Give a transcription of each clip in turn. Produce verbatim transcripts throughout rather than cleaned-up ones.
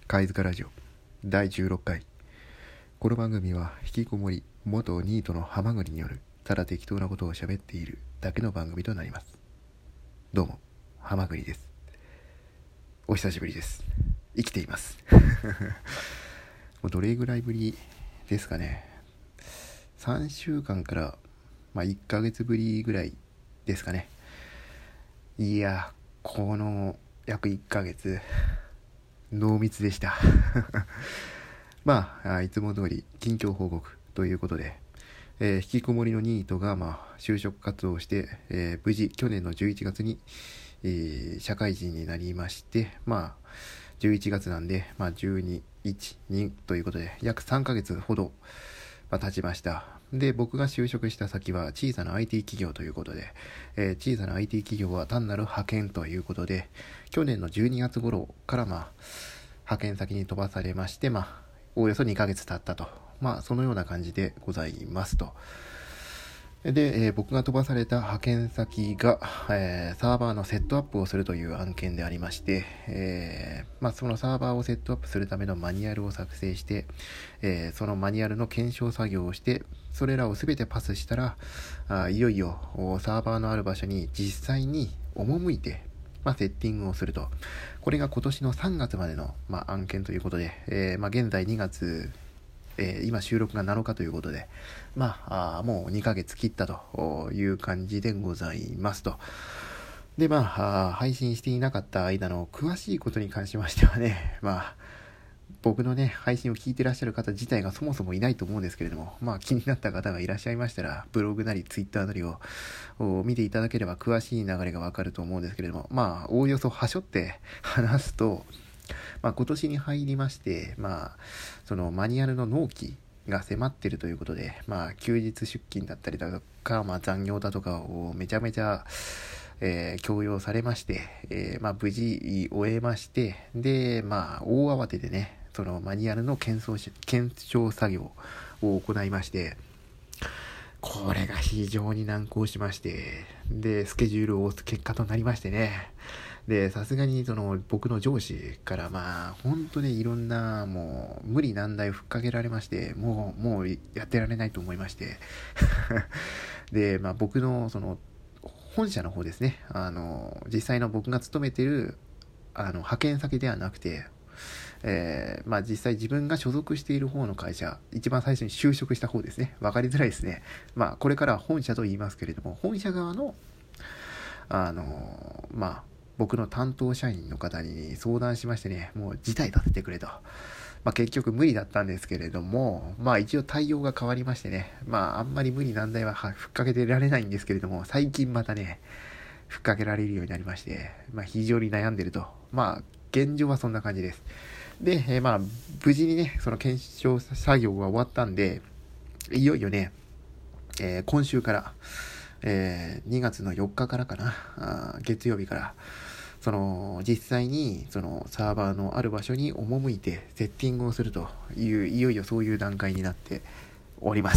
貝塚ラジオだいじゅうろっかい。この番組は引きこもり元ニートのハマグリによるただ適当なことを喋っているだけの番組となります。どうもハマグリです。お久しぶりです。生きていますもうどれぐらいぶりですかね。さんしゅうかんからまあいっかげつぶりぐらいですかね。いやこの約いっかげつ濃密でしたまあいつも通り近況報告ということで、えー、引きこもりのニートがまあ就職活動をして、えー、無事去年のじゅういちがつに、えー、社会人になりまして、まあじゅういちがつなんで、まあ、じゅうに、いち、にということで約さんかげつほど、まあ、経ちました。で、僕が就職した先は小さな アイティー 企業ということで、えー、小さな アイティー 企業は単なる派遣ということで、去年のじゅうにがつ頃からまあ派遣先に飛ばされまして、まあおおよそにかげつ経ったと、まあそのような感じでございますと。で、えー、僕が飛ばされた派遣先が、えー、サーバーのセットアップをするという案件でありまして、えーまあ、そのサーバーをセットアップするためのマニュアルを作成して、えー、そのマニュアルの検証作業をしてそれらをすべてパスしたら、あいよいよサーバーのある場所に実際に赴いて、まあ、セッティングをすると。これが今年のさんがつまでの、まあ、案件ということで、えーまあ、現在にがつえー、今収録がなのかということで、まあ、あもうにかげつ切ったという感じでございますと。で、まあ、配信していなかった間の詳しいことに関しましてはね、まあ、僕のね、配信を聞いてらっしゃる方自体がそもそもいないと思うんですけれども、まあ、気になった方がいらっしゃいましたら、ブログなりツイッターなりを見ていただければ詳しい流れがわかると思うんですけれども、まあ、おおよそはしょって話すと、まあ、今年に入りまして、まあ、そのマニュアルの納期が迫っているということで、まあ、休日出勤だったりだとか、まあ、残業だとかをめちゃめちゃ、えー、強要されまして、えーまあ、無事終えまして、で、まあ、大慌てでね、そのマニュアルの検証し、検証作業を行いまして、これが非常に難航しまして、で、スケジュールを押す結果となりましてね、で、さすがにその僕の上司からまあ本当にいろんなもう無理難題をふっかけられまして、もうもうやってられないと思いましてで、まあ僕のその本社の方ですね、あの実際の僕が勤めてるあの派遣先ではなくて、えー、まあ実際自分が所属している方の会社、一番最初に就職した方ですね。わかりづらいですね。まあこれからは本社と言いますけれども、本社側のあのまあ僕の担当社員の方に相談しましてね、もう辞退させてくれと。まあ結局無理だったんですけれども、まあ一応対応が変わりましてね、まああんまり無理難題はふっかけてられないんですけれども、最近またね、ふっかけられるようになりまして、まあ非常に悩んでると。まあ現状はそんな感じです。で、えー、まあ無事にね、その検証作業が終わったんで、いよいよね、えー、今週から、えー、にがつのよっかからかな、あ月曜日から、その実際にそのサーバーのある場所に赴いてセッティングをするといういよいよそういう段階になっております。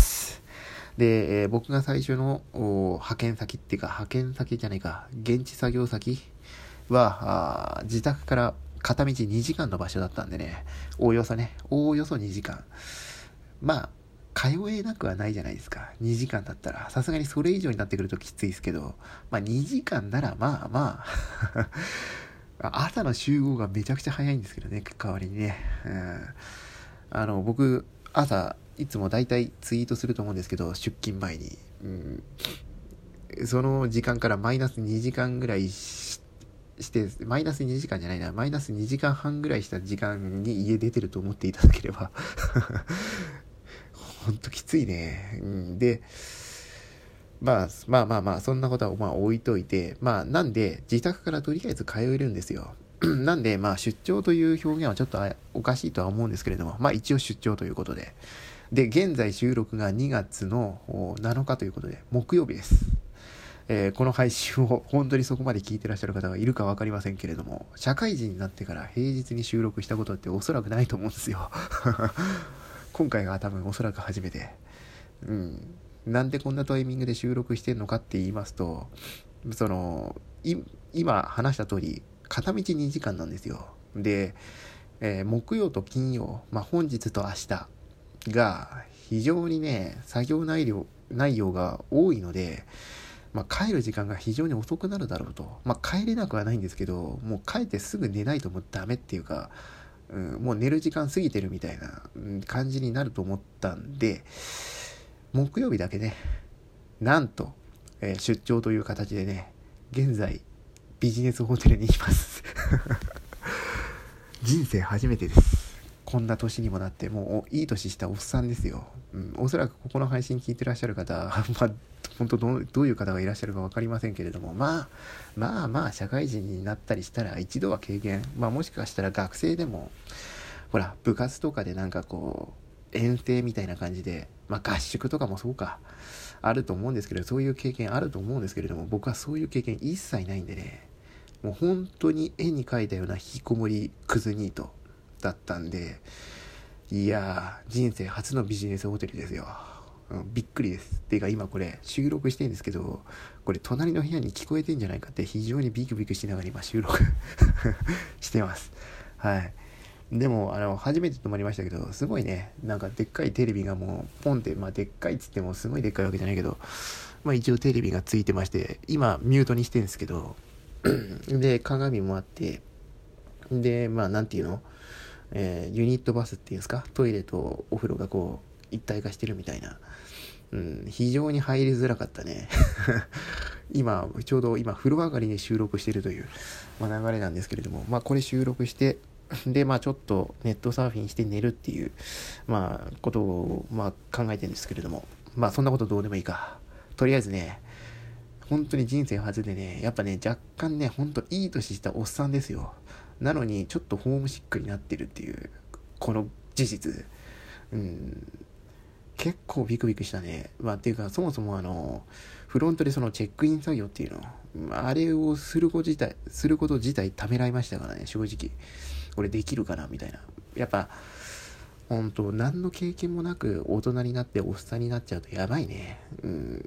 で、えー、僕が最初の派遣先っていうか派遣先じゃないか現地作業先はあ自宅から片道にじかんの場所だったんでね、おおよそねおおよそにじかん、まあ通えなくはないじゃないですか。にじかんだったらさすがにそれ以上になってくるときついですけど、まあにじかんならまあまあ朝の集合がめちゃくちゃ早いんですけどね、代わりにね、うん、あの僕朝いつもだいたいツイートすると思うんですけど、出勤前に、うん、その時間からマイナスにじかんぐらいししてマイナスにじかんじゃないなマイナスにじかんはんぐらいした時間に家出てると思っていただければほんときついね、うん、でまあまあまあまあそんなことはまあ置いといて、まあなんで自宅からとりあえず通えるんですよなんでまあ出張という表現はちょっとおかしいとは思うんですけれども、まあ一応出張ということで、で現在収録がにがつのなのかということで木曜日です。えー、この配信を本当にそこまで聞いてらっしゃる方がいるか分かりませんけれども、社会人になってから平日に収録したことっておそらくないと思うんですよ今回が多分おそらく初めて、うん、なんでこんなタイミングで収録してんのかって言いますと、その今話した通り片道にじかんなんですよ。でえー、木曜と金曜、まあ、本日と明日が非常にね作業内容内容が多いので、まあ、帰る時間が非常に遅くなるだろうと。まあ、帰れなくはないんですけど、もう帰ってすぐ寝ないともうダメっていうか、うん、もう寝る時間過ぎてるみたいな感じになると思ったんで、木曜日だけね、なんと、えー、出張という形でね、現在ビジネスホテルにいます人生初めてです。こんな年にもなって、もういい年したおっさんですよ。うん、おそらくここの配信聞いてらっしゃる方、まあ、本当どう、どういう方がいらっしゃるか分かりませんけれども、まあ、まあまあ、社会人になったりしたら一度は経験、まあもしかしたら学生でも、ほら、部活とかでなんかこう、遠征みたいな感じで、まあ合宿とかもそうか、あると思うんですけど、そういう経験あると思うんですけれども、僕はそういう経験一切ないんでね、もう本当に絵に描いたような引きこもりクズニートだったんで、いやー人生初のビジネスホテルですよ、うん、びっくりです。っていうか今これ収録してるんですけど、これ隣の部屋に聞こえてんじゃないかって非常にビクビクしながら今収録してます。はい。でもあの初めて泊まりましたけど、すごいね、なんかでっかいテレビがもうポンって、まあでっかいっつってもすごいでっかいわけじゃないけど、まあ一応テレビがついてまして、今ミュートにしてるんですけどで鏡もあって、でまあなんていうの、えー、ユニットバスっていうんですか、トイレとお風呂がこう一体化してるみたいな、うん、非常に入りづらかったね今ちょうど今風呂上がりに収録してるという、まあ、流れなんですけれども、まあこれ収録してでまあちょっとネットサーフィンして寝るっていうまあことをまあ考えてるんですけれども、まあそんなことどうでもいいか。とりあえずね、本当に人生初でね、やっぱね若干ね、本当いい年したおっさんですよ。なのにちょっとホームシックになってるっていうこの事実、うん、結構ビクビクしたね。まあっていうか、そもそもあのフロントでそのチェックイン作業っていうの、あれをすること自体すること自体ためらいましたからね、正直これできるかなみたいな。やっぱ本当何の経験もなく大人になっておっさんになっちゃうとやばいね。うん、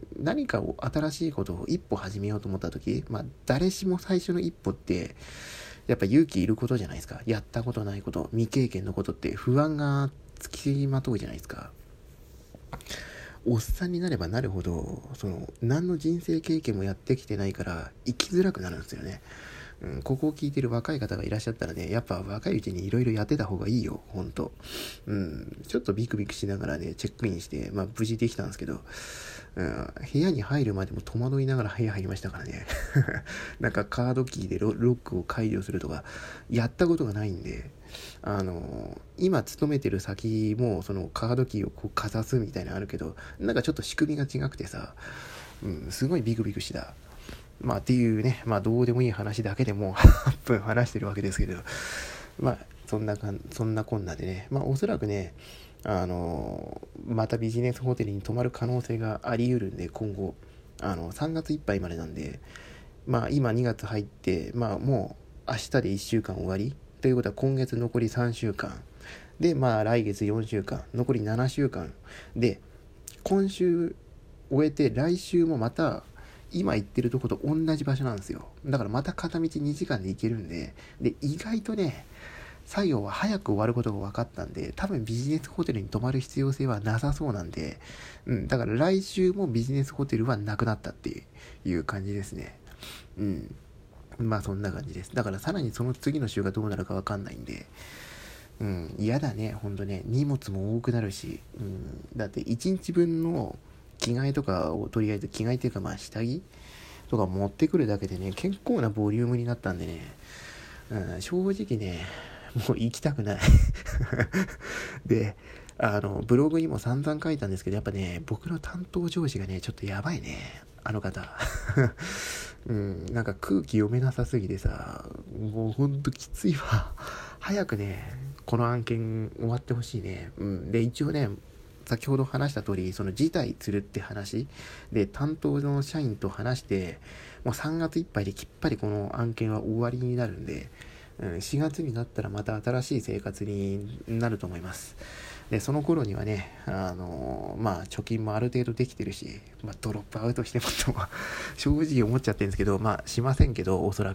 何かを新しいことを一歩始めようと思った時、まあ誰しも最初の一歩ってやっぱ勇気いることじゃないですか。やったことないこと、未経験のことって不安がつきまとうじゃないですか。おっさんになればなるほど、その何の人生経験もやってきてないから生きづらくなるんですよね。うん、ここを聞いてる若い方がいらっしゃったらね、やっぱ若いうちにいろいろやってた方がいいよ、ほんと。うん、ちょっとビクビクしながらね、チェックインして、まあ無事できたんですけど、うん、部屋に入るまでも戸惑いながら部屋入りましたからね。なんかカードキーで ロ, ロックを解除するとか、やったことがないんで、あの今勤めてる先もそのカードキーをこうかざすみたいなのあるけど、なんかちょっと仕組みが違くてさ、うん、すごいビクビクした。まあっていうね、まあどうでもいい話だけでもうはっぷん話してるわけですけど、まあそんなかんそんなこんなでね、まあおそらくね、あのまたビジネスホテルに泊まる可能性があり得るんで、今後あのさんがついっぱいまでなんで、まあ今にがつ入って、まあもう明日でいっしゅうかん終わりということは、今月残りさんしゅうかんで、まあ来月よんしゅうかん、残りななしゅうかんで、今週終えて来週もまた今行ってるとこと同じ場所なんですよ。だからまた片道にじかんで行けるんで、で意外とね作業は早く終わることが分かったんで、多分ビジネスホテルに泊まる必要性はなさそうなんで、うん、だから来週もビジネスホテルはなくなったっていう感じですね。うん、まあそんな感じです。だからさらにその次の週がどうなるか分かんないんで、うん、嫌だね、ほんとね。荷物も多くなるし、うん、だっていちにちぶんの着替えとかをとりあえず着替えっていうかまあ下着とか持ってくるだけでね、結構なボリュームになったんでね、うん、正直ねもう行きたくないで、あのブログにも散々書いたんですけど、やっぱね僕の担当上司がねちょっとやばいね、あの方うん、なんか空気読めなさすぎてさ、もうほんときついわ。早くねこの案件終わってほしいね。うん、で一応ね先ほど話した通り、その辞退するって話で担当の社員と話して、もうさんがついっぱいできっぱりこの案件は終わりになるんで、うん、しがつになったらまた新しい生活になると思います。でその頃にはね、あのー、まあ貯金もある程度できてるし、まあ、ドロップアウトしてもと正直思っちゃってるんですけど、まあしませんけどおそらく、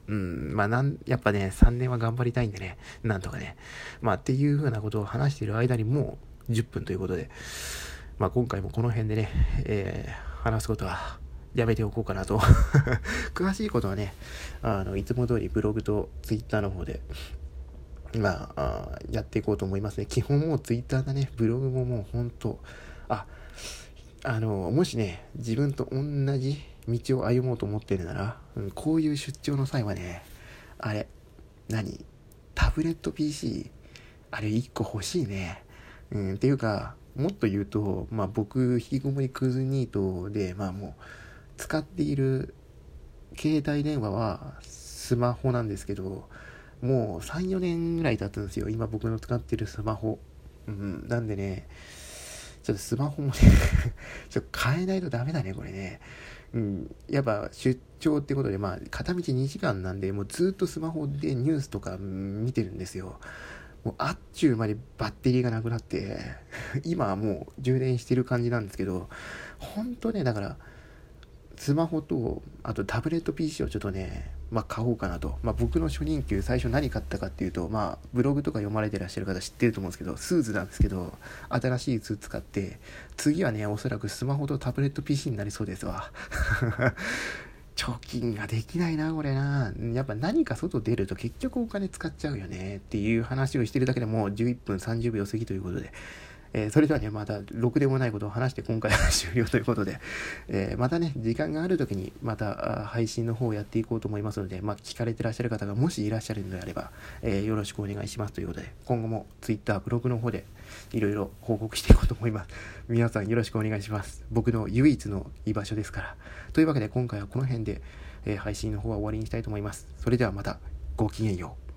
うん、まあなん、やっぱね、さんねんは頑張りたいんでね、なんとかね。まあっていう風なことを話している間にもうじゅっぷんということで、まあ今回もこの辺でね、えー、話すことはやめておこうかなと。詳しいことはね、あの、いつも通りブログとツイッターの方で、まあ、あやっていこうと思いますね。基本もうツイッターだね、ブログももう本当、あ、あの、もしね、自分と同じ道を歩もうと思ってるなら、うん、こういう出張の際はね、あれ、何タブレット ピーシー、あれいっこ欲しいね。うん、っていうか、もっと言うと、まあ僕、引きこもりクズニートで、まあもう、使っている携帯電話はスマホなんですけど、もうさん、よねんぐらい経つんですよ。今僕の使ってるスマホ。うん、なんでね、ちょっとスマホもねちょっと変えないとダメだね、これね。うん、やっぱ出張ってことで、まあ、片道にじかんなんで、もうずっとスマホでニュースとか見てるんですよ。もうあっちゅう間にバッテリーがなくなって今はもう充電してる感じなんですけど、ほんとね、だから、スマホと、あとタブレット ピーシー をちょっとね、まあ買おうかなと。まあ僕の初任給最初何買ったかっていうと、まあブログとか読まれてらっしゃる方知ってると思うんですけど、スーツなんですけど、新しいスーツ買って、次はね、おそらくスマホとタブレット ピーシー になりそうですわ。貯金ができないな、これな。やっぱ何か外出ると結局お金使っちゃうよねっていう話をしてるだけでもうじゅういっぷんさんじゅうびょう過ぎということで、えー、それではね、またろくでもないことを話して今回は終了ということで、えー、またね、時間がある時にまた配信の方をやっていこうと思いますので、まあ、聞かれてらっしゃる方がもしいらっしゃるのであれば、えー、よろしくお願いしますということで、今後も Twitter、ブログの方でいろいろ報告していこうと思います。皆さんよろしくお願いします。僕の唯一の居場所ですから。というわけで今回はこの辺で、えー、配信の方は終わりにしたいと思います。それではまたごきげんよう。